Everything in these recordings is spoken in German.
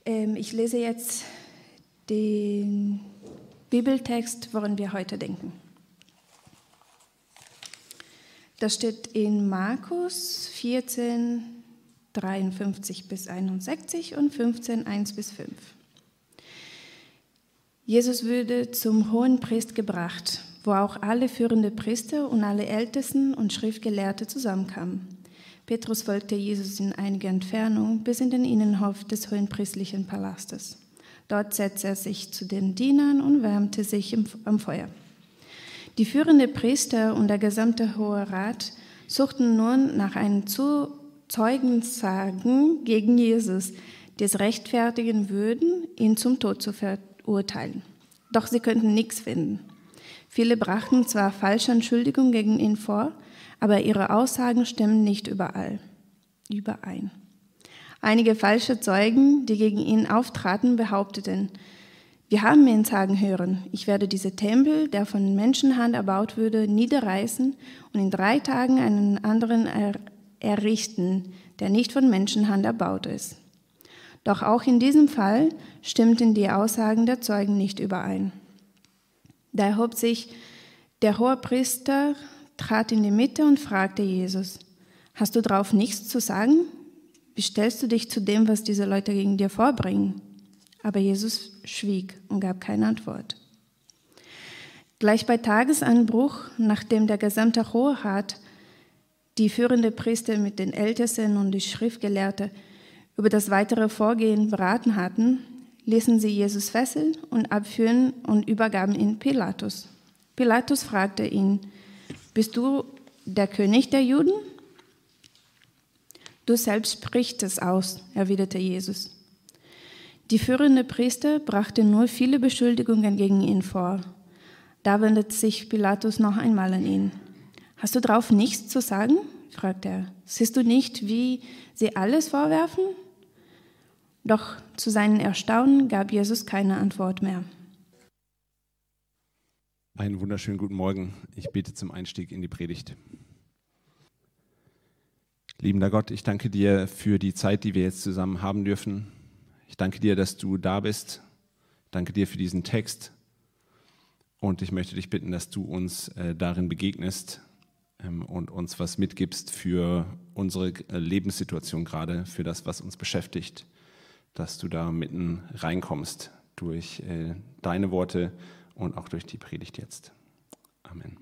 Ich lese jetzt den Bibeltext, woran wir heute denken. Das steht in Markus 14, 53 bis 61 und 15, 1 bis 5. Jesus wurde zum Hohenpriester gebracht, wo auch alle führenden Priester und alle Ältesten und Schriftgelehrte zusammenkamen. Petrus folgte Jesus in einiger Entfernung bis in den Innenhof des hohenpriestlichen Palastes. Dort setzte er sich zu den Dienern und wärmte sich am Feuer. Die führenden Priester und der gesamte Hohe Rat suchten nun nach einem Zeugensagen gegen Jesus, die es rechtfertigen würden, ihn zum Tod zu verurteilen. Doch sie könnten nichts finden. Viele brachten zwar falsche Anschuldigungen gegen ihn vor, aber ihre Aussagen stimmen nicht überein. Einige falsche Zeugen, die gegen ihn auftraten, behaupteten: Wir haben ihn sagen hören, ich werde diesen Tempel, der von Menschenhand erbaut wurde, niederreißen und in 3 Tagen einen anderen errichten, der nicht von Menschenhand erbaut ist. Doch auch in diesem Fall stimmten die Aussagen der Zeugen nicht überein. Da erhob sich der Hohepriester, trat in die Mitte und fragte Jesus: Hast du darauf nichts zu sagen? Wie stellst du dich zu dem, was diese Leute gegen dir vorbringen? Aber Jesus schwieg und gab keine Antwort. Gleich bei Tagesanbruch, nachdem der gesamte Hohe Rat, die führenden Priester mit den Ältesten und die Schriftgelehrten über das weitere Vorgehen beraten hatten, ließen sie Jesus fesseln und abführen und übergaben ihn Pilatus. Pilatus fragte ihn: Bist du der König der Juden? Du selbst sprichst es aus, erwiderte Jesus. Die führenden Priester brachten nur viele Beschuldigungen gegen ihn vor. Da wendete sich Pilatus noch einmal an ihn. Hast du darauf nichts zu sagen? Fragte er. Siehst du nicht, wie sie alles vorwerfen? Doch zu seinem Erstaunen gab Jesus keine Antwort mehr. Einen wunderschönen guten Morgen. Ich bete zum Einstieg in die Predigt. Liebender Gott, ich danke dir für die Zeit, die wir jetzt zusammen haben dürfen. Ich danke dir, dass du da bist. Ich danke dir für diesen Text. Und ich möchte dich bitten, dass du uns darin begegnest und uns was mitgibst für unsere Lebenssituation gerade, für das, was uns beschäftigt, dass du da mitten reinkommst durch deine Worte und auch durch die Predigt jetzt. Amen.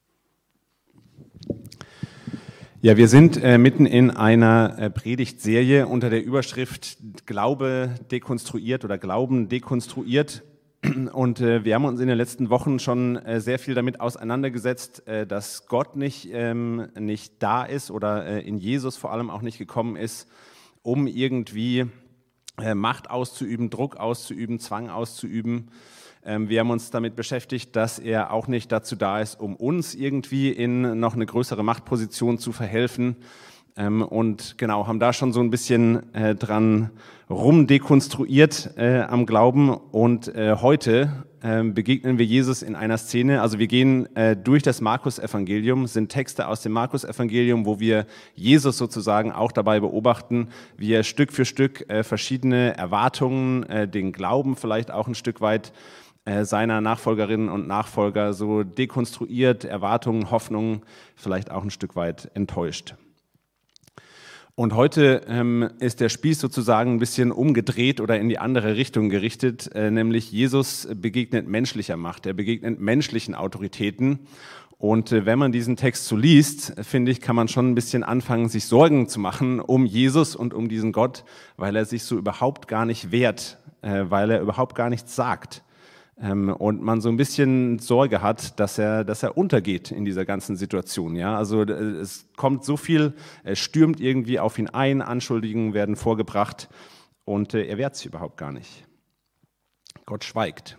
Ja, wir sind mitten in einer Predigtserie unter der Überschrift Glaube dekonstruiert oder Glauben dekonstruiert. Und wir haben uns in den letzten Wochen schon sehr viel damit auseinandergesetzt, dass Gott nicht da ist oder in Jesus vor allem auch nicht gekommen ist, um irgendwie Macht auszuüben, Druck auszuüben, Zwang auszuüben. Wir haben uns damit beschäftigt, dass er auch nicht dazu da ist, um uns irgendwie in noch eine größere Machtposition zu verhelfen. Und genau, haben da schon so ein bisschen dran rumdekonstruiert am Glauben. Und heute begegnen wir Jesus in einer Szene. Also wir gehen durch das Markus-Evangelium, sind Texte aus dem Markus-Evangelium, wo wir Jesus sozusagen auch dabei beobachten, wie er Stück für Stück verschiedene Erwartungen, den Glauben vielleicht auch ein Stück weit seiner Nachfolgerinnen und Nachfolger so dekonstruiert, Erwartungen, Hoffnungen vielleicht auch ein Stück weit enttäuscht. Und heute ist der Spieß sozusagen ein bisschen umgedreht oder in die andere Richtung gerichtet, nämlich Jesus begegnet menschlicher Macht, er begegnet menschlichen Autoritäten. Und wenn man diesen Text so liest, finde ich, kann man schon ein bisschen anfangen, sich Sorgen zu machen um Jesus und um diesen Gott, weil er sich so überhaupt gar nicht wehrt, weil er überhaupt gar nichts sagt. Und man so ein bisschen Sorge hat, dass er untergeht in dieser ganzen Situation. Ja? Also es kommt so viel, es stürmt irgendwie auf ihn ein, Anschuldigungen werden vorgebracht und er wehrt sich überhaupt gar nicht. Gott schweigt.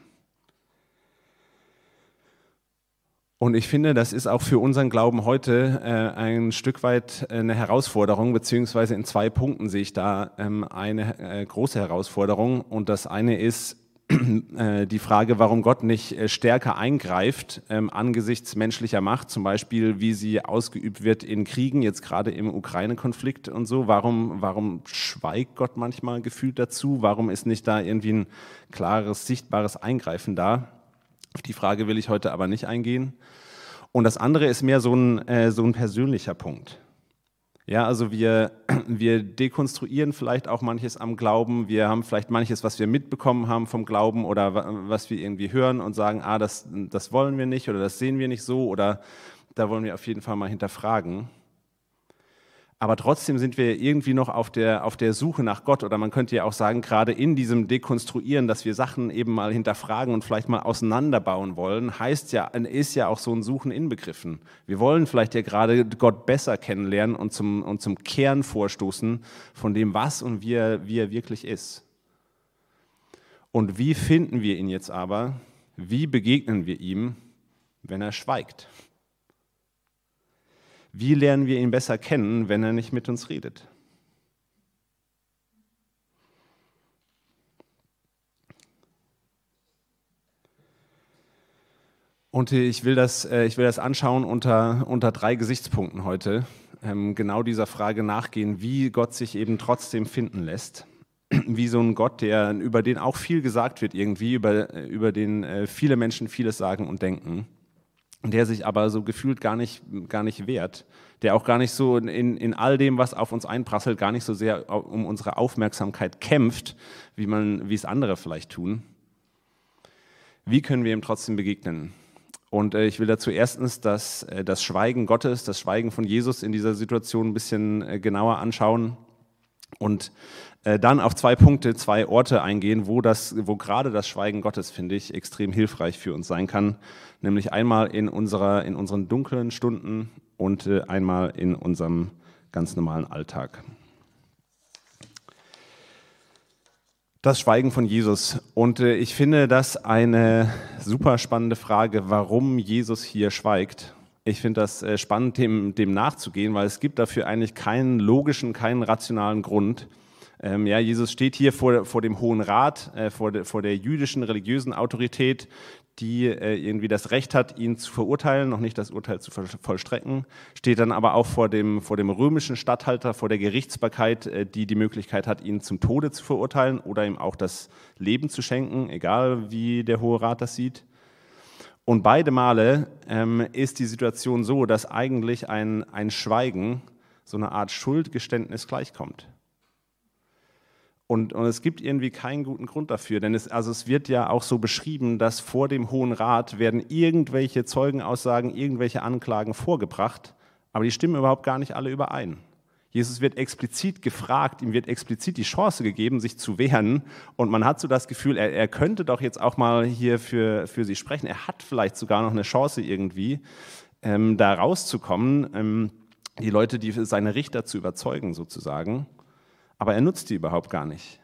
Und ich finde, das ist auch für unseren Glauben heute ein Stück weit eine Herausforderung, beziehungsweise in 2 Punkten sehe ich da eine große Herausforderung. Und das eine ist, die Frage, warum Gott nicht stärker eingreift angesichts menschlicher Macht, zum Beispiel wie sie ausgeübt wird in Kriegen, jetzt gerade im Ukraine-Konflikt und so. Warum schweigt Gott manchmal gefühlt dazu? Warum ist nicht da irgendwie ein klares, sichtbares Eingreifen da? Auf die Frage will ich heute aber nicht eingehen. Und das andere ist mehr so ein persönlicher Punkt. Ja, also wir dekonstruieren vielleicht auch manches am Glauben. Wir haben vielleicht manches, was wir mitbekommen haben vom Glauben oder was wir irgendwie hören und sagen, das wollen wir nicht oder das sehen wir nicht so oder da wollen wir auf jeden Fall mal hinterfragen. Aber trotzdem sind wir irgendwie noch auf der Suche nach Gott oder man könnte ja auch sagen, gerade in diesem Dekonstruieren, dass wir Sachen eben mal hinterfragen und vielleicht mal auseinanderbauen wollen, ist ja auch so ein Suchen inbegriffen. Wir wollen vielleicht ja gerade Gott besser kennenlernen und zum Kern vorstoßen von dem, was und wie er wirklich ist. Und wie finden wir ihn jetzt aber? Wie begegnen wir ihm, wenn er schweigt? Wie lernen wir ihn besser kennen, wenn er nicht mit uns redet? Und ich will das anschauen unter 3 Gesichtspunkten heute. Genau dieser Frage nachgehen, wie Gott sich eben trotzdem finden lässt. Wie so ein Gott, über den auch viel gesagt wird irgendwie, über den viele Menschen vieles sagen und denken. Der sich aber so gefühlt gar nicht wehrt, der auch gar nicht so in all dem, was auf uns einprasselt, gar nicht so sehr um unsere Aufmerksamkeit kämpft, wie es andere vielleicht tun. Wie können wir ihm trotzdem begegnen? Und ich will dazu erstens das Schweigen Gottes, das Schweigen von Jesus in dieser Situation ein bisschen genauer anschauen und dann auf 2 Punkte, 2 Orte eingehen, wo gerade das Schweigen Gottes, finde ich, extrem hilfreich für uns sein kann. Nämlich einmal in unseren dunklen Stunden und einmal in unserem ganz normalen Alltag. Das Schweigen von Jesus. Und ich finde das eine super spannende Frage, warum Jesus hier schweigt. Ich finde das spannend, dem nachzugehen, weil es gibt dafür eigentlich keinen logischen, keinen rationalen Grund. Jesus steht hier vor dem Hohen Rat, vor der jüdischen religiösen Autorität, die irgendwie das Recht hat, ihn zu verurteilen, noch nicht das Urteil zu vollstrecken, steht dann aber auch vor dem römischen Statthalter, vor der Gerichtsbarkeit, die Möglichkeit hat, ihn zum Tode zu verurteilen oder ihm auch das Leben zu schenken, egal wie der Hohe Rat das sieht. Und beide Male ist die Situation so, dass eigentlich ein Schweigen, so eine Art Schuldgeständnis gleichkommt. Und es gibt irgendwie keinen guten Grund dafür, denn es wird ja auch so beschrieben, dass vor dem Hohen Rat werden irgendwelche Zeugenaussagen, irgendwelche Anklagen vorgebracht, aber die stimmen überhaupt gar nicht alle überein. Jesus wird explizit gefragt, ihm wird explizit die Chance gegeben, sich zu wehren und man hat so das Gefühl, er könnte doch jetzt auch mal hier für sie sprechen, er hat vielleicht sogar noch eine Chance irgendwie, da rauszukommen, die Leute, seine Richter zu überzeugen sozusagen. Aber er nutzt die überhaupt gar nicht.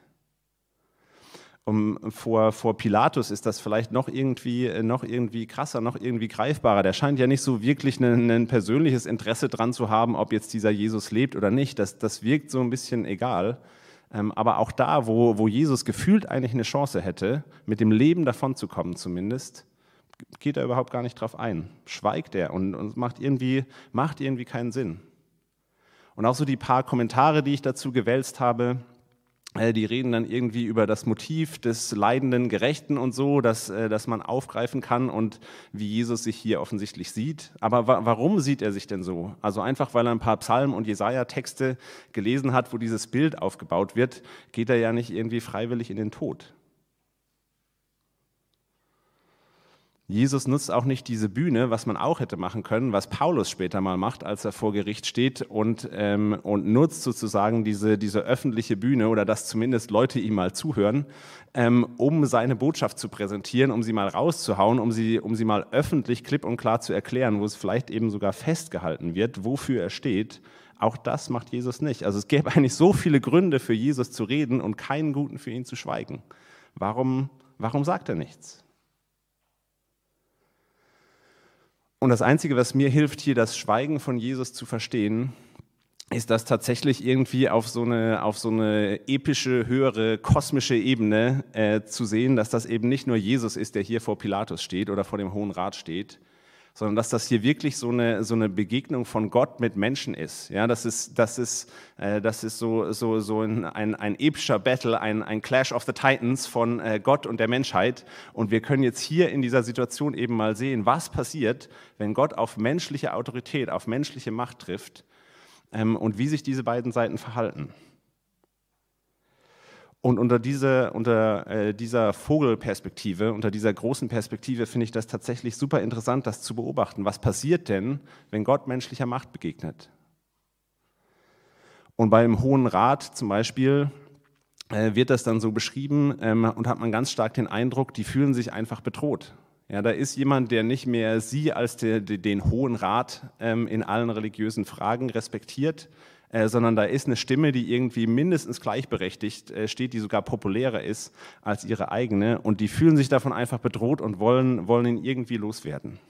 Vor Pilatus ist das vielleicht noch irgendwie krasser, noch irgendwie greifbarer. Der scheint ja nicht so wirklich ein persönliches Interesse dran zu haben, ob jetzt dieser Jesus lebt oder nicht. Das wirkt so ein bisschen egal. Aber auch da, wo Jesus gefühlt eigentlich eine Chance hätte, mit dem Leben davonzukommen zumindest, geht er überhaupt gar nicht drauf ein. Schweigt er und macht irgendwie keinen Sinn. Und auch so die paar Kommentare, die ich dazu gewälzt habe, die reden dann irgendwie über das Motiv des leidenden Gerechten und so, dass man aufgreifen kann und wie Jesus sich hier offensichtlich sieht. Aber warum sieht er sich denn so? Also einfach, weil er ein paar Psalmen und Jesaja-Texte gelesen hat, wo dieses Bild aufgebaut wird, geht er ja nicht irgendwie freiwillig in den Tod. Jesus nutzt auch nicht diese Bühne, was man auch hätte machen können, was Paulus später mal macht, als er vor Gericht steht und nutzt sozusagen diese öffentliche Bühne oder dass zumindest Leute ihm mal zuhören, um seine Botschaft zu präsentieren, um sie mal rauszuhauen, um sie mal öffentlich klipp und klar zu erklären, wo es vielleicht eben sogar festgehalten wird, wofür er steht. Auch das macht Jesus nicht. Also es gäbe eigentlich so viele Gründe für Jesus zu reden und keinen guten für ihn zu schweigen. Warum sagt er nichts? Und das Einzige, was mir hilft, hier das Schweigen von Jesus zu verstehen, ist das tatsächlich irgendwie auf so eine epische, höhere, kosmische Ebene zu sehen, dass das eben nicht nur Jesus ist, der hier vor Pilatus steht oder vor dem Hohen Rat steht, sondern dass das hier wirklich so eine Begegnung von Gott mit Menschen ist. Ja, das ist so ein epischer Battle, ein Clash of the Titans von Gott und der Menschheit. Und wir können jetzt hier in dieser Situation eben mal sehen, was passiert, wenn Gott auf menschliche Autorität, auf menschliche Macht trifft, und wie sich diese beiden Seiten verhalten. Und unter dieser Vogelperspektive, unter dieser großen Perspektive finde ich das tatsächlich super interessant, das zu beobachten. Was passiert denn, wenn Gott menschlicher Macht begegnet? Und beim Hohen Rat zum Beispiel wird das dann so beschrieben und hat man ganz stark den Eindruck, die fühlen sich einfach bedroht. Ja, da ist jemand, der nicht mehr sie als den Hohen Rat in allen religiösen Fragen respektiert, sondern da ist eine Stimme, die irgendwie mindestens gleichberechtigt steht, die sogar populärer ist als ihre eigene. Und die fühlen sich davon einfach bedroht und wollen ihn irgendwie loswerden.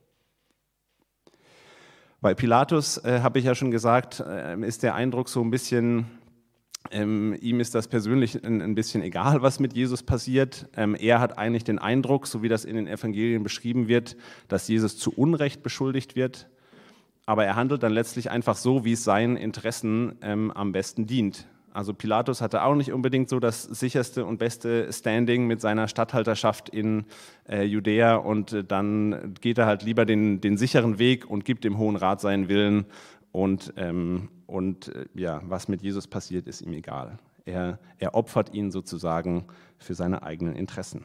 Bei Pilatus, habe ich ja schon gesagt, ist der Eindruck so ein bisschen... ihm ist das persönlich ein bisschen egal, was mit Jesus passiert. Er hat eigentlich den Eindruck, so wie das in den Evangelien beschrieben wird, dass Jesus zu Unrecht beschuldigt wird. Aber er handelt dann letztlich einfach so, wie es seinen Interessen am besten dient. Also Pilatus hatte auch nicht unbedingt so das sicherste und beste Standing mit seiner Statthalterschaft in Judäa. Und dann geht er halt lieber den sicheren Weg und gibt dem Hohen Rat seinen Willen. Und was mit Jesus passiert, ist ihm egal. Er opfert ihn sozusagen für seine eigenen Interessen.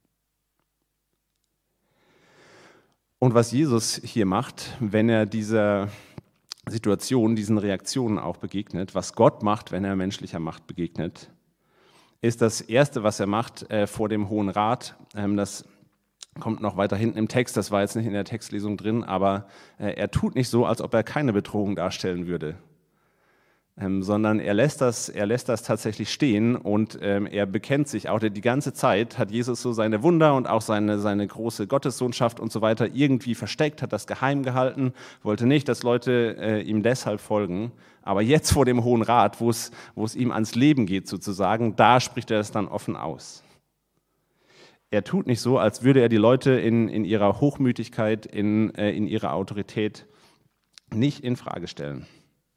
Und was Jesus hier macht, wenn er dieser Situation, diesen Reaktionen auch begegnet, was Gott macht, wenn er menschlicher Macht begegnet, ist das Erste, was er macht vor dem Hohen Rat. Das kommt noch weiter hinten im Text, das war jetzt nicht in der Textlesung drin, aber er tut nicht so, als ob er keine Bedrohung darstellen würde, sondern er lässt das tatsächlich stehen und er bekennt sich auch die ganze Zeit, hat Jesus so seine Wunder und auch seine große Gottessohnschaft und so weiter irgendwie versteckt, hat das geheim gehalten, wollte nicht, dass Leute ihm deshalb folgen, aber jetzt vor dem Hohen Rat, wo es ihm ans Leben geht sozusagen, da spricht er es dann offen aus. Er tut nicht so, als würde er die Leute in ihrer Hochmütigkeit, in ihrer Autorität nicht in Frage stellen.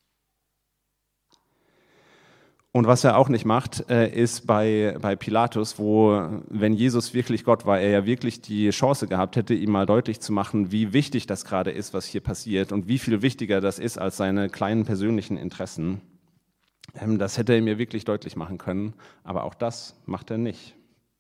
Und was er auch nicht macht, ist bei Pilatus, wo, wenn Jesus wirklich Gott war, er ja wirklich die Chance gehabt hätte, ihm mal deutlich zu machen, wie wichtig das gerade ist, was hier passiert und wie viel wichtiger das ist als seine kleinen persönlichen Interessen. Das hätte er mir wirklich deutlich machen können, aber auch das macht er nicht.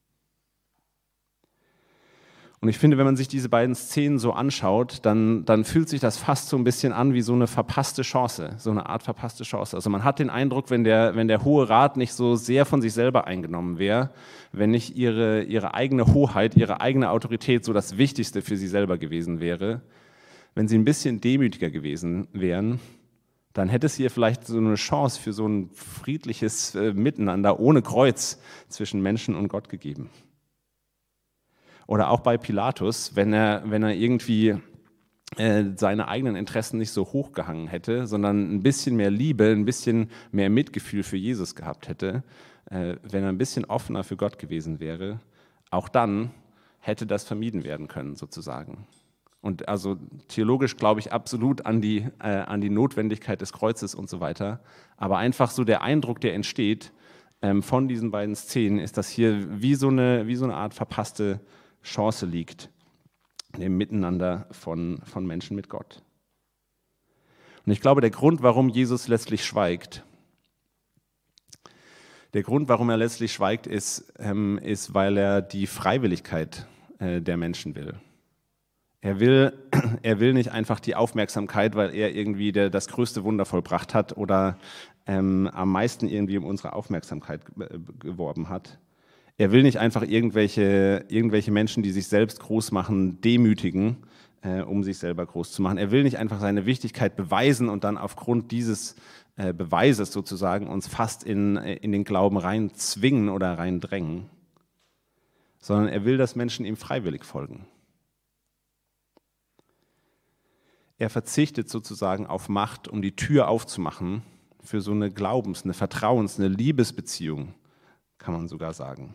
Und ich finde, wenn man sich diese beiden Szenen so anschaut, dann fühlt sich das fast so ein bisschen an wie so eine verpasste Chance, so eine Art verpasste Chance. Also man hat den Eindruck, wenn der Hohe Rat nicht so sehr von sich selber eingenommen wäre, wenn nicht ihre eigene Hoheit, ihre eigene Autorität so das Wichtigste für sie selber gewesen wäre, wenn sie ein bisschen demütiger gewesen wären, dann hätte es hier vielleicht so eine Chance für so ein friedliches Miteinander ohne Kreuz zwischen Menschen und Gott gegeben. Oder auch bei Pilatus, wenn er irgendwie seine eigenen Interessen nicht so hochgehangen hätte, sondern ein bisschen mehr Liebe, ein bisschen mehr Mitgefühl für Jesus gehabt hätte, wenn er ein bisschen offener für Gott gewesen wäre, auch dann hätte das vermieden werden können sozusagen. Und also theologisch glaube ich absolut an die Notwendigkeit des Kreuzes und so weiter, aber einfach so der Eindruck, der entsteht von diesen beiden Szenen, ist, dass hier wie so eine Art verpasste Chance liegt im Miteinander von Menschen mit Gott. Und ich glaube, der Grund, warum Jesus letztlich schweigt, ist, weil er die Freiwilligkeit der Menschen will. Er will nicht einfach die Aufmerksamkeit, weil er irgendwie das größte Wunder vollbracht hat oder am meisten irgendwie um unsere Aufmerksamkeit geworben hat. Er will nicht einfach irgendwelche Menschen, die sich selbst groß machen, demütigen, um sich selber groß zu machen. Er will nicht einfach seine Wichtigkeit beweisen und dann aufgrund dieses Beweises sozusagen uns fast in den Glauben rein zwingen oder rein drängen, sondern er will, dass Menschen ihm freiwillig folgen. Er verzichtet sozusagen auf Macht, um die Tür aufzumachen für so eine eine Vertrauens-, eine Liebesbeziehung, kann man sogar sagen.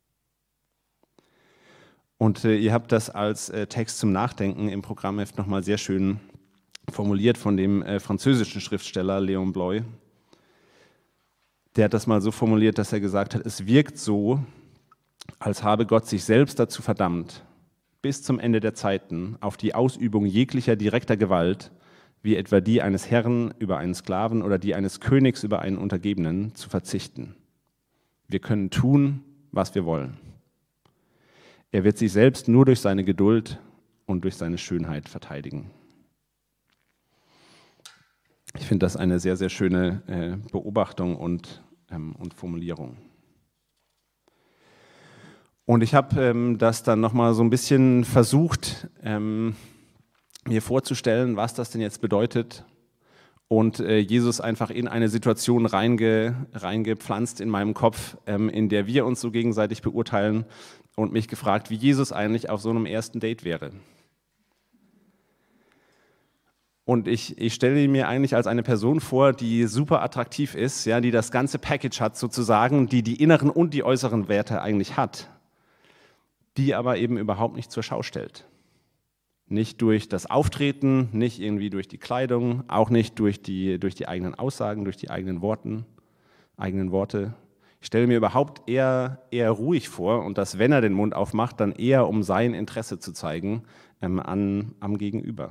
Und ihr habt das als Text zum Nachdenken im Programmheft nochmal sehr schön formuliert von dem französischen Schriftsteller Léon Bloy. Der hat das mal so formuliert, dass er gesagt hat, es wirkt so, als habe Gott sich selbst dazu verdammt, bis zum Ende der Zeiten auf die Ausübung jeglicher direkter Gewalt, wie etwa die eines Herrn über einen Sklaven oder die eines Königs über einen Untergebenen, zu verzichten. Wir können tun, was wir wollen. Er wird sich selbst nur durch seine Geduld und durch seine Schönheit verteidigen. Ich finde das eine sehr, sehr schöne Beobachtung und Formulierung. Und ich habe das dann nochmal so ein bisschen versucht, mir vorzustellen, was das denn jetzt bedeutet. Und Jesus einfach in eine Situation reingepflanzt in meinem Kopf, in der wir uns so gegenseitig beurteilen und mich gefragt, wie Jesus eigentlich auf so einem ersten Date wäre. Und ich stelle ihn mir eigentlich als eine Person vor, die super attraktiv ist, ja, die das ganze Package hat sozusagen, die die inneren und die äußeren Werte eigentlich hat, die aber eben überhaupt nicht zur Schau stellt. Nicht durch das Auftreten, nicht irgendwie durch die Kleidung, auch nicht durch die eigenen Aussagen, durch die eigenen Worte. Ich stelle mir überhaupt eher ruhig vor und dass, wenn er den Mund aufmacht, dann eher um sein Interesse zu zeigen am Gegenüber.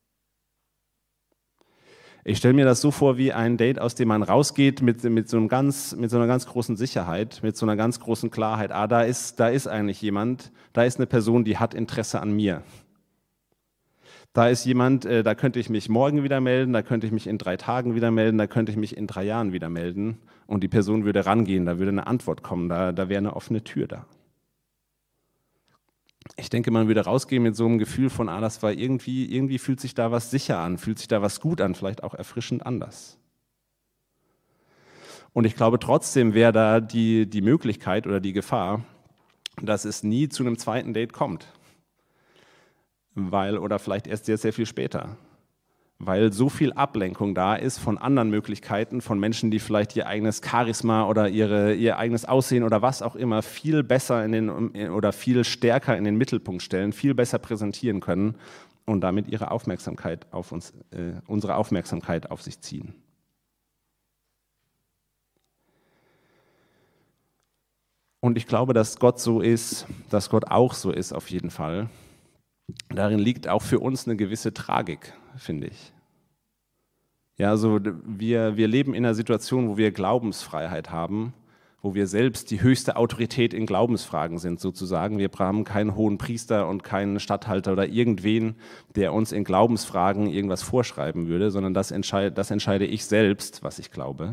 Ich stelle mir das so vor wie ein Date, aus dem man rausgeht mit so einer ganz großen Sicherheit, mit so einer ganz großen Klarheit. Da ist eigentlich jemand, da ist eine Person, die hat Interesse an mir. Da ist jemand, da könnte ich mich morgen wieder melden, da könnte ich mich in 3 Tagen wieder melden, da könnte ich mich in 3 Jahren wieder melden und die Person würde rangehen, da würde eine Antwort kommen, da wäre eine offene Tür da. Ich denke, man würde rausgehen mit so einem Gefühl von, das war irgendwie fühlt sich da was sicher an, fühlt sich da was gut an, vielleicht auch erfrischend anders. Und ich glaube, trotzdem wäre da die Möglichkeit oder die Gefahr, dass es nie zu einem zweiten Date kommt. Oder vielleicht erst sehr, sehr viel später. Weil so viel Ablenkung da ist von anderen Möglichkeiten, von Menschen, die vielleicht ihr eigenes Charisma oder ihr eigenes Aussehen oder was auch immer viel besser oder viel stärker in den Mittelpunkt stellen, viel besser präsentieren können und damit unsere Aufmerksamkeit auf sich ziehen. Und ich glaube, dass Gott so ist, dass Gott auch so ist auf jeden Fall. Darin liegt auch für uns eine gewisse Tragik, finde ich. Ja, also wir leben in einer Situation, wo wir Glaubensfreiheit haben, wo wir selbst die höchste Autorität in Glaubensfragen sind sozusagen. Wir haben keinen hohen Priester und keinen Statthalter oder irgendwen, der uns in Glaubensfragen irgendwas vorschreiben würde, sondern das entscheide ich selbst, was ich glaube.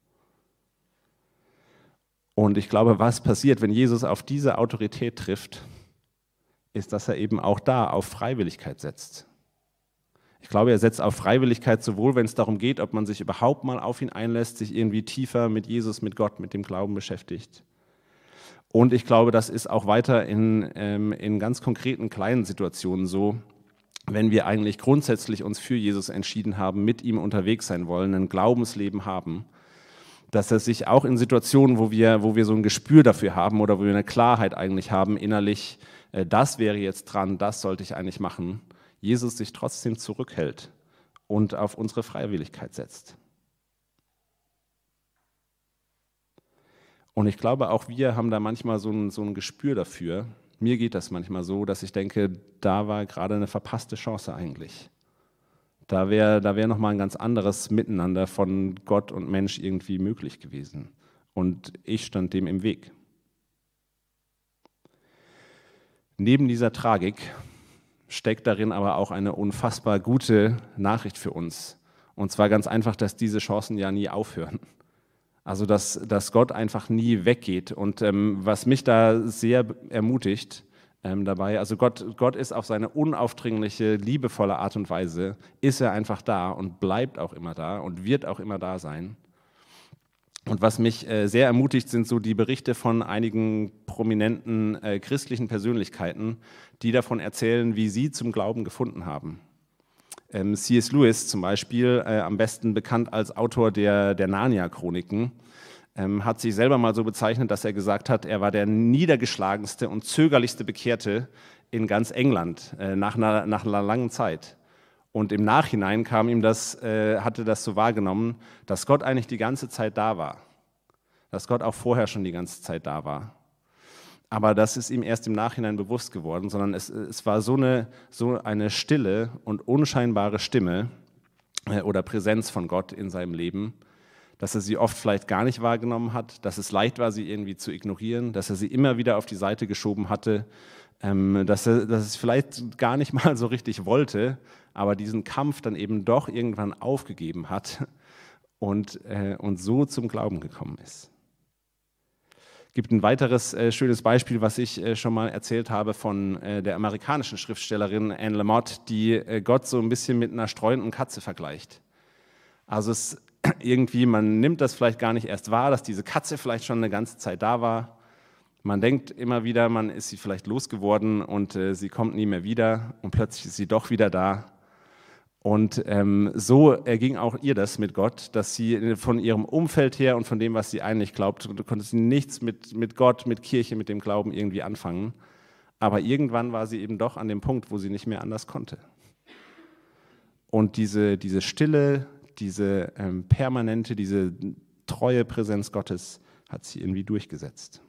Und ich glaube, was passiert, wenn Jesus auf diese Autorität trifft, ist, dass er eben auch da auf Freiwilligkeit setzt. Ich glaube, er setzt auf Freiwilligkeit sowohl, wenn es darum geht, ob man sich überhaupt mal auf ihn einlässt, sich irgendwie tiefer mit Jesus, mit Gott, mit dem Glauben beschäftigt. Und ich glaube, das ist auch weiter in ganz konkreten kleinen Situationen so, wenn wir eigentlich grundsätzlich uns für Jesus entschieden haben, mit ihm unterwegs sein wollen, ein Glaubensleben haben, dass er sich auch in Situationen, wo wir so ein Gespür dafür haben oder wo wir eine Klarheit eigentlich haben innerlich, das wäre jetzt dran, das sollte ich eigentlich machen, Jesus sich trotzdem zurückhält und auf unsere Freiwilligkeit setzt. Und ich glaube, auch wir haben da manchmal so ein Gespür dafür. Mir geht das manchmal so, dass ich denke, da war gerade eine verpasste Chance eigentlich. Da wäre nochmal ein ganz anderes Miteinander von Gott und Mensch irgendwie möglich gewesen. Und ich stand dem im Weg. Neben dieser Tragik steckt darin aber auch eine unfassbar gute Nachricht für uns. Und zwar ganz einfach, dass diese Chancen ja nie aufhören. Also dass Gott einfach nie weggeht. Und was mich da sehr ermutigt dabei, also Gott ist auf seine unaufdringliche, liebevolle Art und Weise, ist er einfach da und bleibt auch immer da und wird auch immer da sein. Und was mich sehr ermutigt, sind so die Berichte von einigen prominenten christlichen Persönlichkeiten, die davon erzählen, wie sie zum Glauben gefunden haben. C.S. Lewis zum Beispiel, am besten bekannt als Autor der Narnia-Chroniken, hat sich selber mal so bezeichnet, dass er gesagt hat, er war der niedergeschlagenste und zögerlichste Bekehrte in ganz England nach einer langen Zeit. Und im Nachhinein hatte das so wahrgenommen, dass Gott eigentlich die ganze Zeit da war. Dass Gott auch vorher schon die ganze Zeit da war. Aber das ist ihm erst im Nachhinein bewusst geworden, sondern es war so eine stille und unscheinbare Stimme oder Präsenz von Gott in seinem Leben, dass er sie oft vielleicht gar nicht wahrgenommen hat, dass es leicht war, sie irgendwie zu ignorieren, dass er sie immer wieder auf die Seite geschoben hatte, dass er es vielleicht gar nicht mal so richtig wollte, aber diesen Kampf dann eben doch irgendwann aufgegeben hat und so zum Glauben gekommen ist. Es gibt ein weiteres schönes Beispiel, was ich schon mal erzählt habe von der amerikanischen Schriftstellerin Anne Lamott, die Gott so ein bisschen mit einer streuenden Katze vergleicht. Also man nimmt das vielleicht gar nicht erst wahr, dass diese Katze vielleicht schon eine ganze Zeit da war. Man denkt immer wieder, man ist sie vielleicht losgeworden und sie kommt nie mehr wieder und plötzlich ist sie doch wieder da. Und so erging auch ihr das mit Gott, dass sie von ihrem Umfeld her und von dem, was sie eigentlich glaubt, konnte sie nichts mit Gott, mit Kirche, mit dem Glauben irgendwie anfangen. Aber irgendwann war sie eben doch an dem Punkt, wo sie nicht mehr anders konnte. Und diese Stille, diese permanente, diese treue Präsenz Gottes hat sie irgendwie durchgesetzt.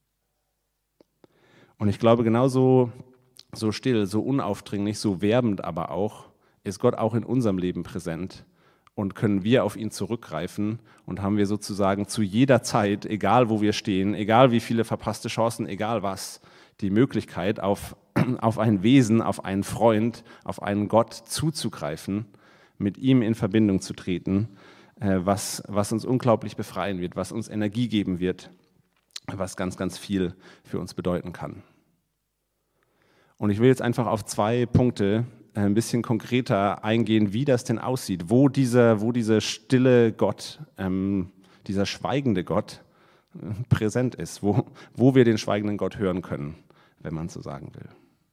Und ich glaube, genauso so still, so unaufdringlich, so werbend aber auch, ist Gott auch in unserem Leben präsent und können wir auf ihn zurückgreifen und haben wir sozusagen zu jeder Zeit, egal wo wir stehen, egal wie viele verpasste Chancen, egal was, die Möglichkeit, auf ein Wesen, auf einen Freund, auf einen Gott zuzugreifen, mit ihm in Verbindung zu treten, was uns unglaublich befreien wird, was uns Energie geben wird, was ganz, ganz viel für uns bedeuten kann. Und ich will jetzt einfach auf 2 Punkte ein bisschen konkreter eingehen, wie das denn aussieht, wo dieser stille Gott, dieser schweigende Gott präsent ist, wo wir den schweigenden Gott hören können, wenn man so sagen will.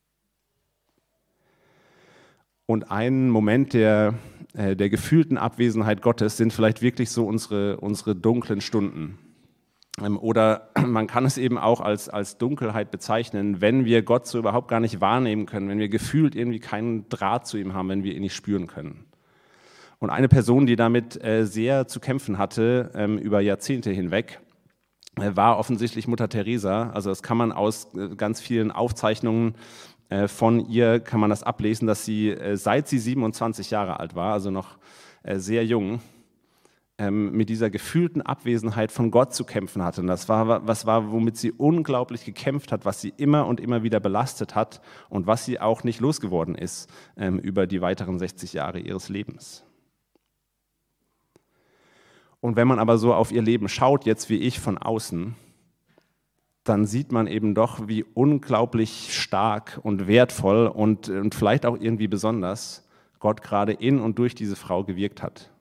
Und ein Moment der gefühlten Abwesenheit Gottes sind vielleicht wirklich so unsere dunklen Stunden. Oder man kann es eben auch als Dunkelheit bezeichnen, wenn wir Gott so überhaupt gar nicht wahrnehmen können, wenn wir gefühlt irgendwie keinen Draht zu ihm haben, wenn wir ihn nicht spüren können. Und eine Person, die damit sehr zu kämpfen hatte, über Jahrzehnte hinweg, war offensichtlich Mutter Teresa. Also das kann man aus ganz vielen Aufzeichnungen von ihr, kann man das ablesen, dass sie, seit sie 27 Jahre alt war, also noch sehr jung, mit dieser gefühlten Abwesenheit von Gott zu kämpfen hatte. Und das war, womit sie unglaublich gekämpft hat, was sie immer und immer wieder belastet hat und was sie auch nicht losgeworden ist über die weiteren 60 Jahre ihres Lebens. Und wenn man aber so auf ihr Leben schaut, jetzt wie ich von außen, dann sieht man eben doch, wie unglaublich stark und wertvoll und vielleicht auch irgendwie besonders Gott gerade in und durch diese Frau gewirkt hat.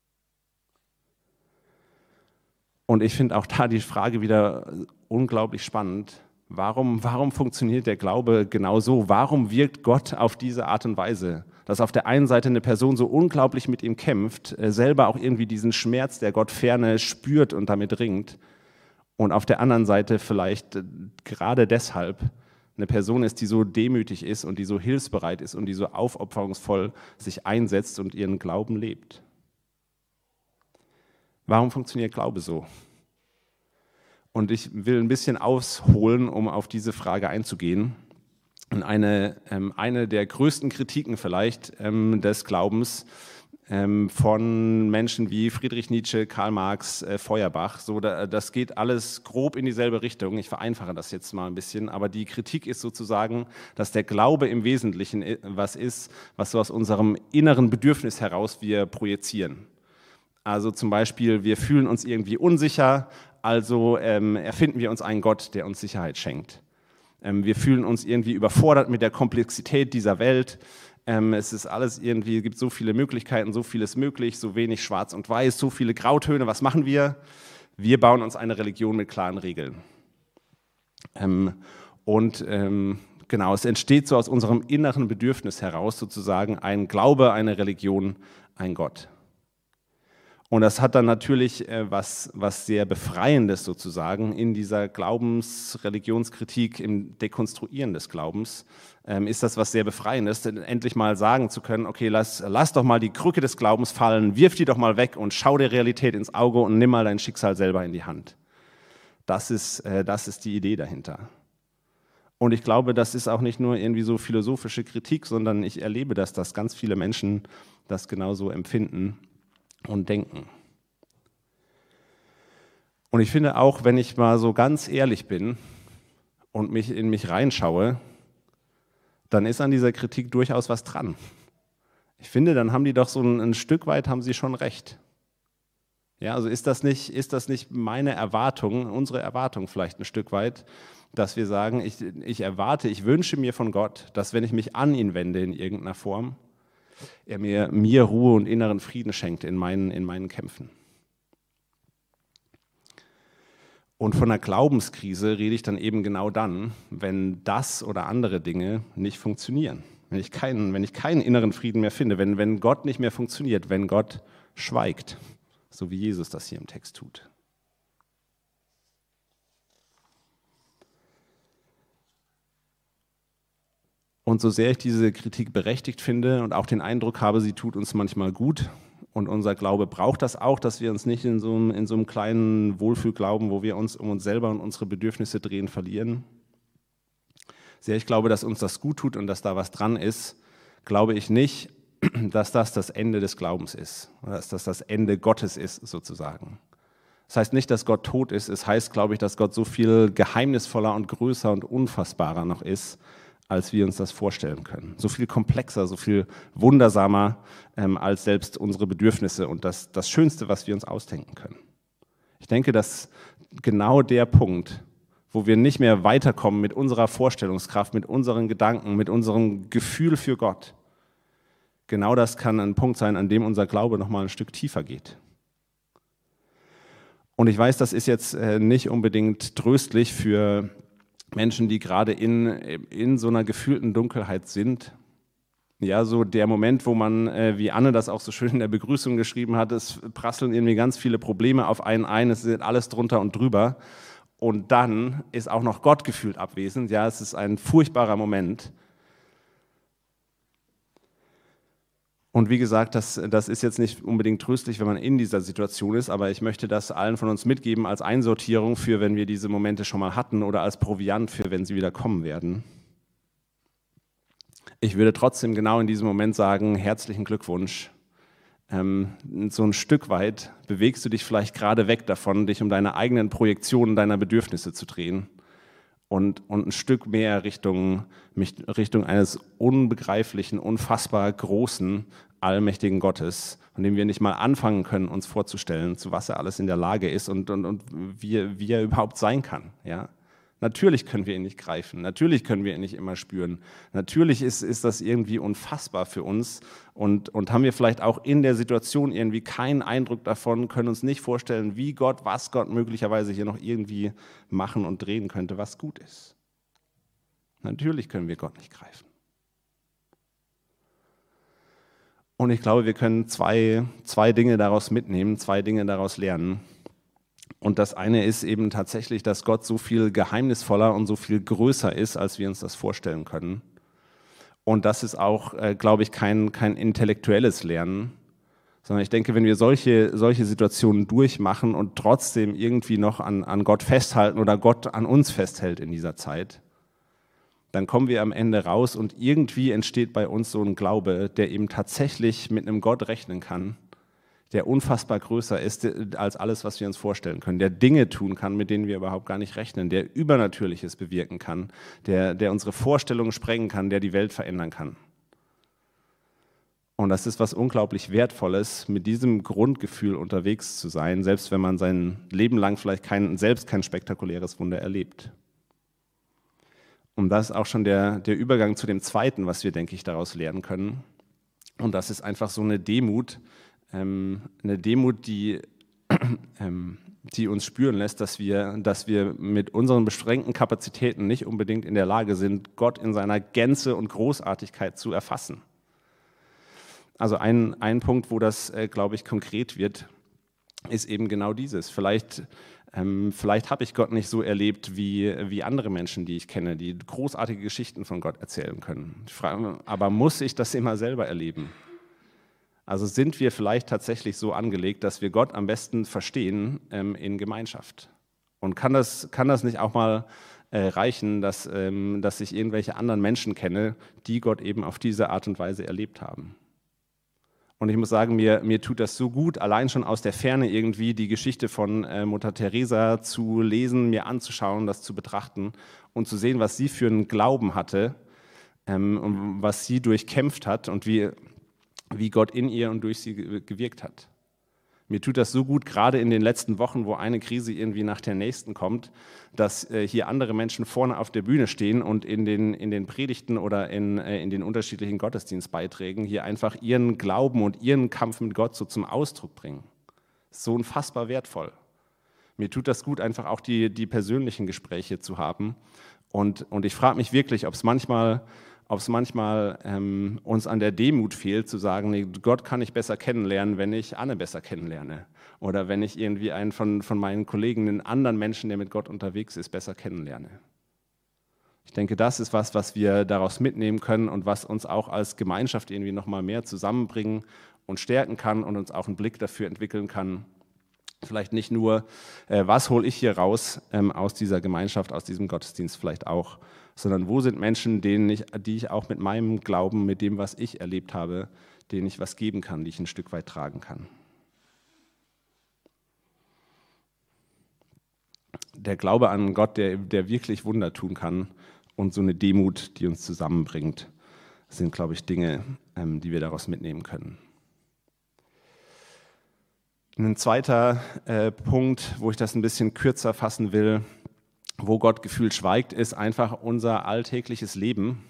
Und ich finde auch da die Frage wieder unglaublich spannend. Warum funktioniert der Glaube genau so? Warum wirkt Gott auf diese Art und Weise? Dass auf der einen Seite eine Person so unglaublich mit ihm kämpft, selber auch irgendwie diesen Schmerz der Gott ferne spürt und damit ringt. Und auf der anderen Seite vielleicht gerade deshalb eine Person ist, die so demütig ist und die so hilfsbereit ist und die so aufopferungsvoll sich einsetzt und ihren Glauben lebt. Warum funktioniert Glaube so? Und ich will ein bisschen ausholen, um auf diese Frage einzugehen. Und eine der größten Kritiken vielleicht des Glaubens von Menschen wie Friedrich Nietzsche, Karl Marx, Feuerbach, das geht alles grob in dieselbe Richtung. Ich vereinfache das jetzt mal ein bisschen, aber die Kritik ist sozusagen, dass der Glaube im Wesentlichen was ist, was so aus unserem inneren Bedürfnis heraus wir projizieren. Also zum Beispiel, wir fühlen uns irgendwie unsicher, also erfinden wir uns einen Gott, der uns Sicherheit schenkt. Wir fühlen uns irgendwie überfordert mit der Komplexität dieser Welt. Es ist alles irgendwie, gibt so viele Möglichkeiten, so vieles möglich, so wenig schwarz und weiß, so viele Grautöne. Was machen wir? Wir bauen uns eine Religion mit klaren Regeln. Genau, es entsteht so aus unserem inneren Bedürfnis heraus sozusagen ein Glaube, eine Religion, ein Gott. Und das hat dann natürlich was sehr Befreiendes sozusagen in dieser Glaubens-Religionskritik, im Dekonstruieren des Glaubens, ist das was sehr Befreiendes, endlich mal sagen zu können, okay, lass doch mal die Krücke des Glaubens fallen, wirf die doch mal weg und schau der Realität ins Auge und nimm mal dein Schicksal selber in die Hand. Das ist die Idee dahinter. Und ich glaube, das ist auch nicht nur irgendwie so philosophische Kritik, sondern ich erlebe dass ganz viele Menschen das genauso empfinden und denken. Und ich finde auch, wenn ich mal so ganz ehrlich bin und in mich reinschaue, dann ist an dieser Kritik durchaus was dran. Ich finde, dann haben die doch so ein Stück weit haben sie schon recht. Ja, also ist das nicht meine Erwartung, unsere Erwartung vielleicht ein Stück weit, dass wir sagen, ich wünsche mir von Gott, dass wenn ich mich an ihn wende in irgendeiner Form, er mir Ruhe und inneren Frieden schenkt in meinen Kämpfen. Und von einer Glaubenskrise rede ich dann eben genau dann, wenn das oder andere Dinge nicht funktionieren. Wenn ich keinen inneren Frieden mehr finde, wenn Gott nicht mehr funktioniert, wenn Gott schweigt, so wie Jesus das hier im Text tut. Und so sehr ich diese Kritik berechtigt finde und auch den Eindruck habe, sie tut uns manchmal gut und unser Glaube braucht das auch, dass wir uns nicht in so einem kleinen Wohlfühlglauben, wo wir uns um uns selber und unsere Bedürfnisse drehen, verlieren. Sehr ich glaube, dass uns das gut tut und dass da was dran ist, glaube ich nicht, dass das Ende des Glaubens ist oder dass das Ende Gottes ist sozusagen. Das heißt nicht, dass Gott tot ist, es heißt, glaube ich, dass Gott so viel geheimnisvoller und größer und unfassbarer noch ist, als wir uns das vorstellen können. So viel komplexer, so viel wundersamer als selbst unsere Bedürfnisse und das Schönste, was wir uns ausdenken können. Ich denke, dass genau der Punkt, wo wir nicht mehr weiterkommen mit unserer Vorstellungskraft, mit unseren Gedanken, mit unserem Gefühl für Gott, genau das kann ein Punkt sein, an dem unser Glaube nochmal ein Stück tiefer geht. Und ich weiß, das ist jetzt nicht unbedingt tröstlich für Menschen, die gerade in so einer gefühlten Dunkelheit sind. Ja, so der Moment, wo man, wie Anne das auch so schön in der Begrüßung geschrieben hat, es prasseln irgendwie ganz viele Probleme auf einen ein, es ist alles drunter und drüber. Und dann ist auch noch Gott gefühlt abwesend. Ja, es ist ein furchtbarer Moment. Und wie gesagt, das ist jetzt nicht unbedingt tröstlich, wenn man in dieser Situation ist, aber ich möchte das allen von uns mitgeben als Einsortierung für, wenn wir diese Momente schon mal hatten oder als Proviant für, wenn sie wieder kommen werden. Ich würde trotzdem genau in diesem Moment sagen, herzlichen Glückwunsch. So ein Stück weit bewegst du dich vielleicht gerade weg davon, dich um deine eigenen Projektionen deiner Bedürfnisse zu drehen und ein Stück mehr Richtung eines unbegreiflichen, unfassbar großen, allmächtigen Gottes, von dem wir nicht mal anfangen können, uns vorzustellen, zu was er alles in der Lage ist und wie er überhaupt sein kann. Ja? Natürlich können wir ihn nicht greifen, natürlich können wir ihn nicht immer spüren, natürlich ist das irgendwie unfassbar für uns und haben wir vielleicht auch in der Situation irgendwie keinen Eindruck davon, können uns nicht vorstellen, was Gott möglicherweise hier noch irgendwie machen und drehen könnte, was gut ist. Natürlich können wir Gott nicht greifen. Und ich glaube, wir können zwei Dinge daraus mitnehmen, zwei Dinge daraus lernen. Und das eine ist eben tatsächlich, dass Gott so viel geheimnisvoller und so viel größer ist, als wir uns das vorstellen können. Und das ist auch, glaube ich, kein intellektuelles Lernen, sondern ich denke, wenn wir solche Situationen durchmachen und trotzdem irgendwie noch an Gott festhalten oder Gott an uns festhält in dieser Zeit, dann kommen wir am Ende raus und irgendwie entsteht bei uns so ein Glaube, der eben tatsächlich mit einem Gott rechnen kann, der unfassbar größer ist als alles, was wir uns vorstellen können, der Dinge tun kann, mit denen wir überhaupt gar nicht rechnen, der Übernatürliches bewirken kann, der unsere Vorstellungen sprengen kann, der die Welt verändern kann. Und das ist was unglaublich Wertvolles, mit diesem Grundgefühl unterwegs zu sein, selbst wenn man sein Leben lang vielleicht selbst kein spektakuläres Wunder erlebt. Und das ist auch schon der Übergang zu dem Zweiten, was wir, denke ich, daraus lernen können. Und das ist einfach so eine Demut, die die uns spüren lässt, dass wir mit unseren beschränkten Kapazitäten nicht unbedingt in der Lage sind, Gott in seiner Gänze und Großartigkeit zu erfassen. Also ein Punkt, wo das, glaube ich, konkret wird, ist eben genau dieses. Vielleicht habe ich Gott nicht so erlebt wie andere Menschen, die ich kenne, die großartige Geschichten von Gott erzählen können. Ich frage mich, aber muss ich das immer selber erleben? Also sind wir vielleicht tatsächlich so angelegt, dass wir Gott am besten verstehen in Gemeinschaft? Und kann das nicht auch mal reichen, dass ich irgendwelche anderen Menschen kenne, die Gott eben auf diese Art und Weise erlebt haben? Und ich muss sagen, mir tut das so gut, allein schon aus der Ferne irgendwie die Geschichte von Mutter Teresa zu lesen, mir anzuschauen, das zu betrachten und zu sehen, was sie für einen Glauben hatte und was sie durchkämpft hat und wie Gott in ihr und durch sie gewirkt hat. Mir tut das so gut, gerade in den letzten Wochen, wo eine Krise irgendwie nach der nächsten kommt, dass hier andere Menschen vorne auf der Bühne stehen und in den Predigten oder in den unterschiedlichen Gottesdienstbeiträgen hier einfach ihren Glauben und ihren Kampf mit Gott so zum Ausdruck bringen. So unfassbar wertvoll. Mir tut das gut, einfach auch die persönlichen Gespräche zu haben. Und ich frage mich wirklich, ob es manchmal uns an der Demut fehlt, zu sagen, nee, Gott kann ich besser kennenlernen, wenn ich Anne besser kennenlerne. Oder wenn ich irgendwie einen von meinen Kollegen, einen anderen Menschen, der mit Gott unterwegs ist, besser kennenlerne. Ich denke, das ist was wir daraus mitnehmen können und was uns auch als Gemeinschaft irgendwie nochmal mehr zusammenbringen und stärken kann und uns auch einen Blick dafür entwickeln kann. Vielleicht nicht nur, was hole ich hier raus aus dieser Gemeinschaft, aus diesem Gottesdienst vielleicht auch, sondern wo sind Menschen, die ich auch mit meinem Glauben, mit dem, was ich erlebt habe, denen ich was geben kann, die ich ein Stück weit tragen kann. Der Glaube an Gott, der wirklich Wunder tun kann und so eine Demut, die uns zusammenbringt, sind, glaube ich, Dinge, die wir daraus mitnehmen können. Ein zweiter Punkt, wo ich das ein bisschen kürzer fassen will, wo Gott gefühlt schweigt, ist einfach unser alltägliches Leben.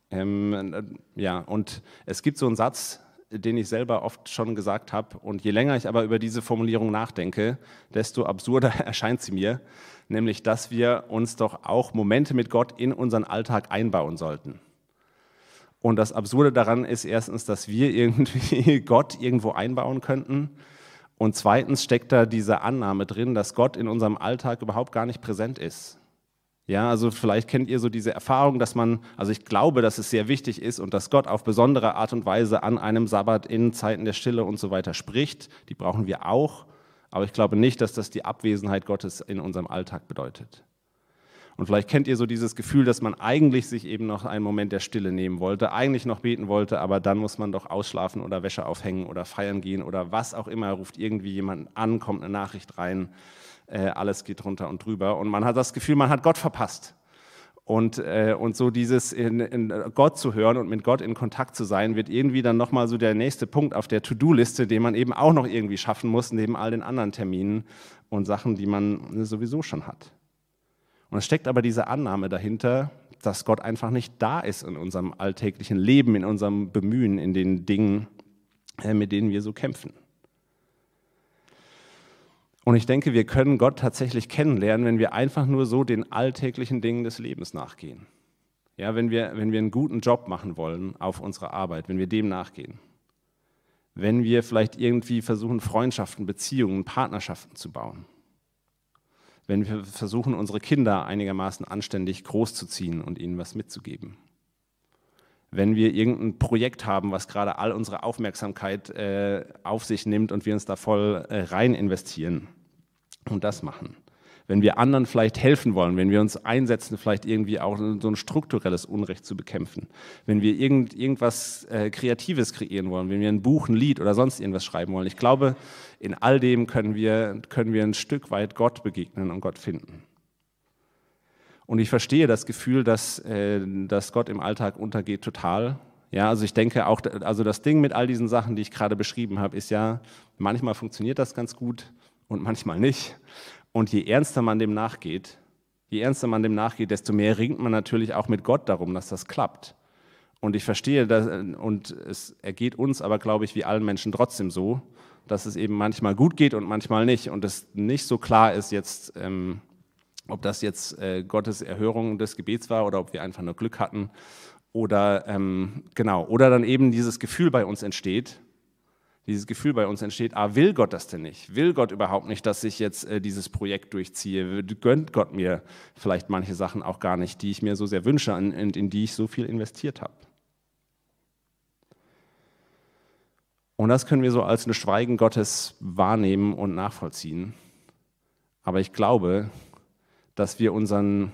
Und es gibt so einen Satz, den ich selber oft schon gesagt habe, und je länger ich aber über diese Formulierung nachdenke, desto absurder erscheint sie mir, nämlich, dass wir uns doch auch Momente mit Gott in unseren Alltag einbauen sollten. Und das Absurde daran ist erstens, dass wir irgendwie Gott irgendwo einbauen könnten. Und zweitens steckt da diese Annahme drin, dass Gott in unserem Alltag überhaupt gar nicht präsent ist. Ja, also vielleicht kennt ihr so diese Erfahrung, also ich glaube, dass es sehr wichtig ist und dass Gott auf besondere Art und Weise an einem Sabbat in Zeiten der Stille und so weiter spricht. Die brauchen wir auch, aber ich glaube nicht, dass das die Abwesenheit Gottes in unserem Alltag bedeutet. Und vielleicht kennt ihr so dieses Gefühl, dass man eigentlich sich eben noch einen Moment der Stille nehmen wollte, eigentlich noch beten wollte, aber dann muss man doch ausschlafen oder Wäsche aufhängen oder feiern gehen oder was auch immer, ruft irgendwie jemand an, kommt eine Nachricht rein, alles geht runter und drüber und man hat das Gefühl, man hat Gott verpasst. Und so dieses in Gott zu hören und mit Gott in Kontakt zu sein, wird irgendwie dann nochmal so der nächste Punkt auf der To-Do-Liste, den man eben auch noch irgendwie schaffen muss, neben all den anderen Terminen und Sachen, die man sowieso schon hat. Und es steckt aber diese Annahme dahinter, dass Gott einfach nicht da ist in unserem alltäglichen Leben, in unserem Bemühen, in den Dingen, mit denen wir so kämpfen. Und ich denke, wir können Gott tatsächlich kennenlernen, wenn wir einfach nur so den alltäglichen Dingen des Lebens nachgehen. Ja, wenn wir einen guten Job machen wollen auf unserer Arbeit, wenn wir dem nachgehen. Wenn wir vielleicht irgendwie versuchen, Freundschaften, Beziehungen, Partnerschaften zu bauen. Wenn wir versuchen, unsere Kinder einigermaßen anständig großzuziehen und ihnen was mitzugeben. Wenn wir irgendein Projekt haben, was gerade all unsere Aufmerksamkeit auf sich nimmt und wir uns da voll rein investieren und das machen. Wenn wir anderen vielleicht helfen wollen, wenn wir uns einsetzen, vielleicht irgendwie auch so ein strukturelles Unrecht zu bekämpfen. Wenn wir irgendwas Kreatives kreieren wollen, wenn wir ein Buch, ein Lied oder sonst irgendwas schreiben wollen. Ich glaube, in all dem können wir ein Stück weit Gott begegnen und Gott finden. Und ich verstehe das Gefühl, dass Gott im Alltag untergeht, total. Ja, also ich denke auch, also das Ding mit all diesen Sachen, die ich gerade beschrieben habe, ist ja, manchmal funktioniert das ganz gut und manchmal nicht. Und je ernster man dem nachgeht, desto mehr ringt man natürlich auch mit Gott darum, dass das klappt. Und ich verstehe das, und es ergeht uns aber, glaube ich, wie allen Menschen trotzdem so, dass es eben manchmal gut geht und manchmal nicht und es nicht so klar ist jetzt, ob das jetzt Gottes Erhörung des Gebets war oder ob wir einfach nur Glück hatten oder oder dann eben dieses Gefühl bei uns entsteht, will Gott das denn nicht? Will Gott überhaupt nicht, dass ich jetzt dieses Projekt durchziehe? Gönnt Gott mir vielleicht manche Sachen auch gar nicht, die ich mir so sehr wünsche und in die ich so viel investiert habe? Und das können wir so als ein Schweigen Gottes wahrnehmen und nachvollziehen. Aber ich glaube, dass wir unserem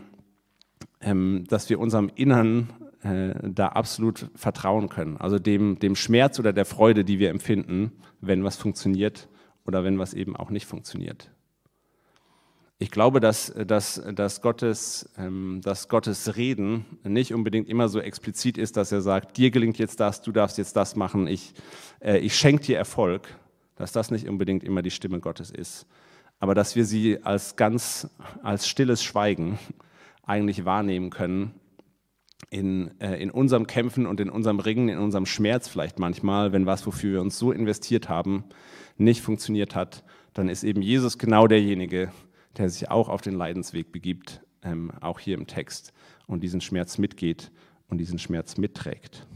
Innern da absolut vertrauen können. Also dem Schmerz oder der Freude, die wir empfinden, wenn was funktioniert oder wenn was eben auch nicht funktioniert. Ich glaube, dass Gottes Reden nicht unbedingt immer so explizit ist, dass er sagt, dir gelingt jetzt das, du darfst jetzt das machen, ich schenke dir Erfolg, dass das nicht unbedingt immer die Stimme Gottes ist. Aber dass wir sie als stilles Schweigen eigentlich wahrnehmen können in unserem Kämpfen und in unserem Ringen, in unserem Schmerz vielleicht manchmal, wenn was, wofür wir uns so investiert haben, nicht funktioniert hat, dann ist eben Jesus genau derjenige, der sich auch auf den Leidensweg begibt, auch hier im Text, und diesen Schmerz mitgeht und diesen Schmerz mitträgt.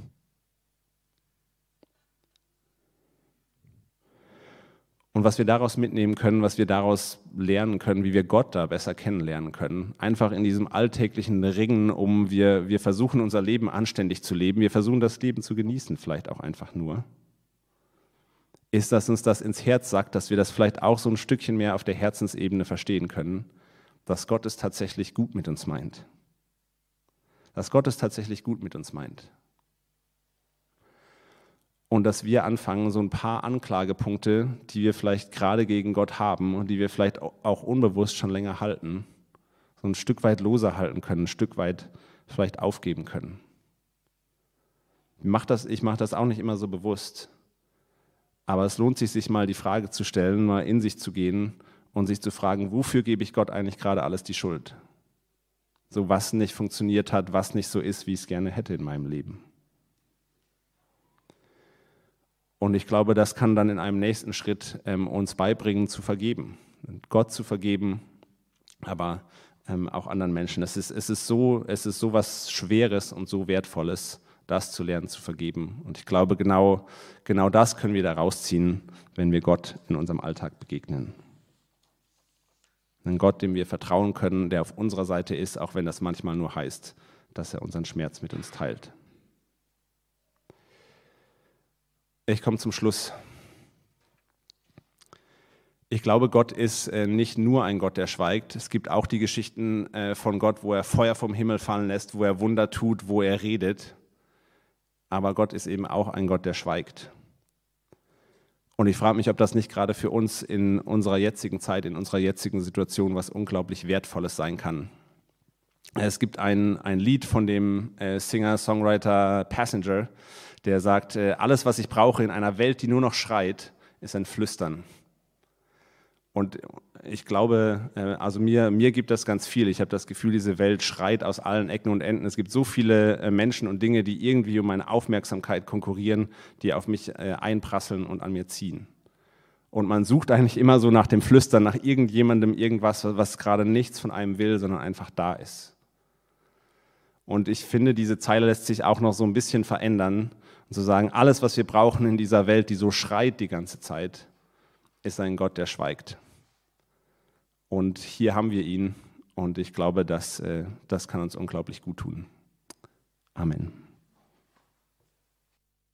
Und was wir daraus mitnehmen können, was wir daraus lernen können, wie wir Gott da besser kennenlernen können, einfach in diesem alltäglichen Ringen wir versuchen unser Leben anständig zu leben, wir versuchen das Leben zu genießen, vielleicht auch einfach nur, ist, dass uns das ins Herz sagt, dass wir das vielleicht auch so ein Stückchen mehr auf der Herzensebene verstehen können, dass Gott es tatsächlich gut mit uns meint. Dass Gott es tatsächlich gut mit uns meint. Und dass wir anfangen, so ein paar Anklagepunkte, die wir vielleicht gerade gegen Gott haben und die wir vielleicht auch unbewusst schon länger halten, so ein Stück weit loser halten können, ein Stück weit vielleicht aufgeben können. Ich mache das auch nicht immer so bewusst, aber es lohnt sich mal die Frage zu stellen, mal in sich zu gehen und sich zu fragen, wofür gebe ich Gott eigentlich gerade alles die Schuld? So was nicht funktioniert hat, was nicht so ist, wie ich es gerne hätte in meinem Leben. Und ich glaube, das kann dann in einem nächsten Schritt uns beibringen, zu vergeben. Gott zu vergeben, aber auch anderen Menschen. Es ist so was Schweres und so Wertvolles, das zu lernen, zu vergeben. Und ich glaube, genau das können wir da rausziehen, wenn wir Gott in unserem Alltag begegnen. Ein Gott, dem wir vertrauen können, der auf unserer Seite ist, auch wenn das manchmal nur heißt, dass er unseren Schmerz mit uns teilt. Ich komme zum Schluss. Ich glaube, Gott ist nicht nur ein Gott, der schweigt. Es gibt auch die Geschichten von Gott, wo er Feuer vom Himmel fallen lässt, wo er Wunder tut, wo er redet. Aber Gott ist eben auch ein Gott, der schweigt. Und ich frage mich, ob das nicht gerade für uns in unserer jetzigen Zeit, in unserer jetzigen Situation was unglaublich Wertvolles sein kann. Es gibt ein Lied von dem Singer-Songwriter Passenger, der sagt, alles, was ich brauche in einer Welt, die nur noch schreit, ist ein Flüstern. Und ich glaube, also mir gibt das ganz viel. Ich habe das Gefühl, diese Welt schreit aus allen Ecken und Enden. Es gibt so viele Menschen und Dinge, die irgendwie um meine Aufmerksamkeit konkurrieren, die auf mich einprasseln und an mir ziehen. Und man sucht eigentlich immer so nach dem Flüstern, nach irgendjemandem, irgendwas, was gerade nichts von einem will, sondern einfach da ist. Und ich finde, diese Zeile lässt sich auch noch so ein bisschen verändern und zu sagen, alles, was wir brauchen in dieser Welt, die so schreit die ganze Zeit, ist ein Gott, der schweigt. Und hier haben wir ihn und ich glaube, das kann uns unglaublich gut tun. Amen.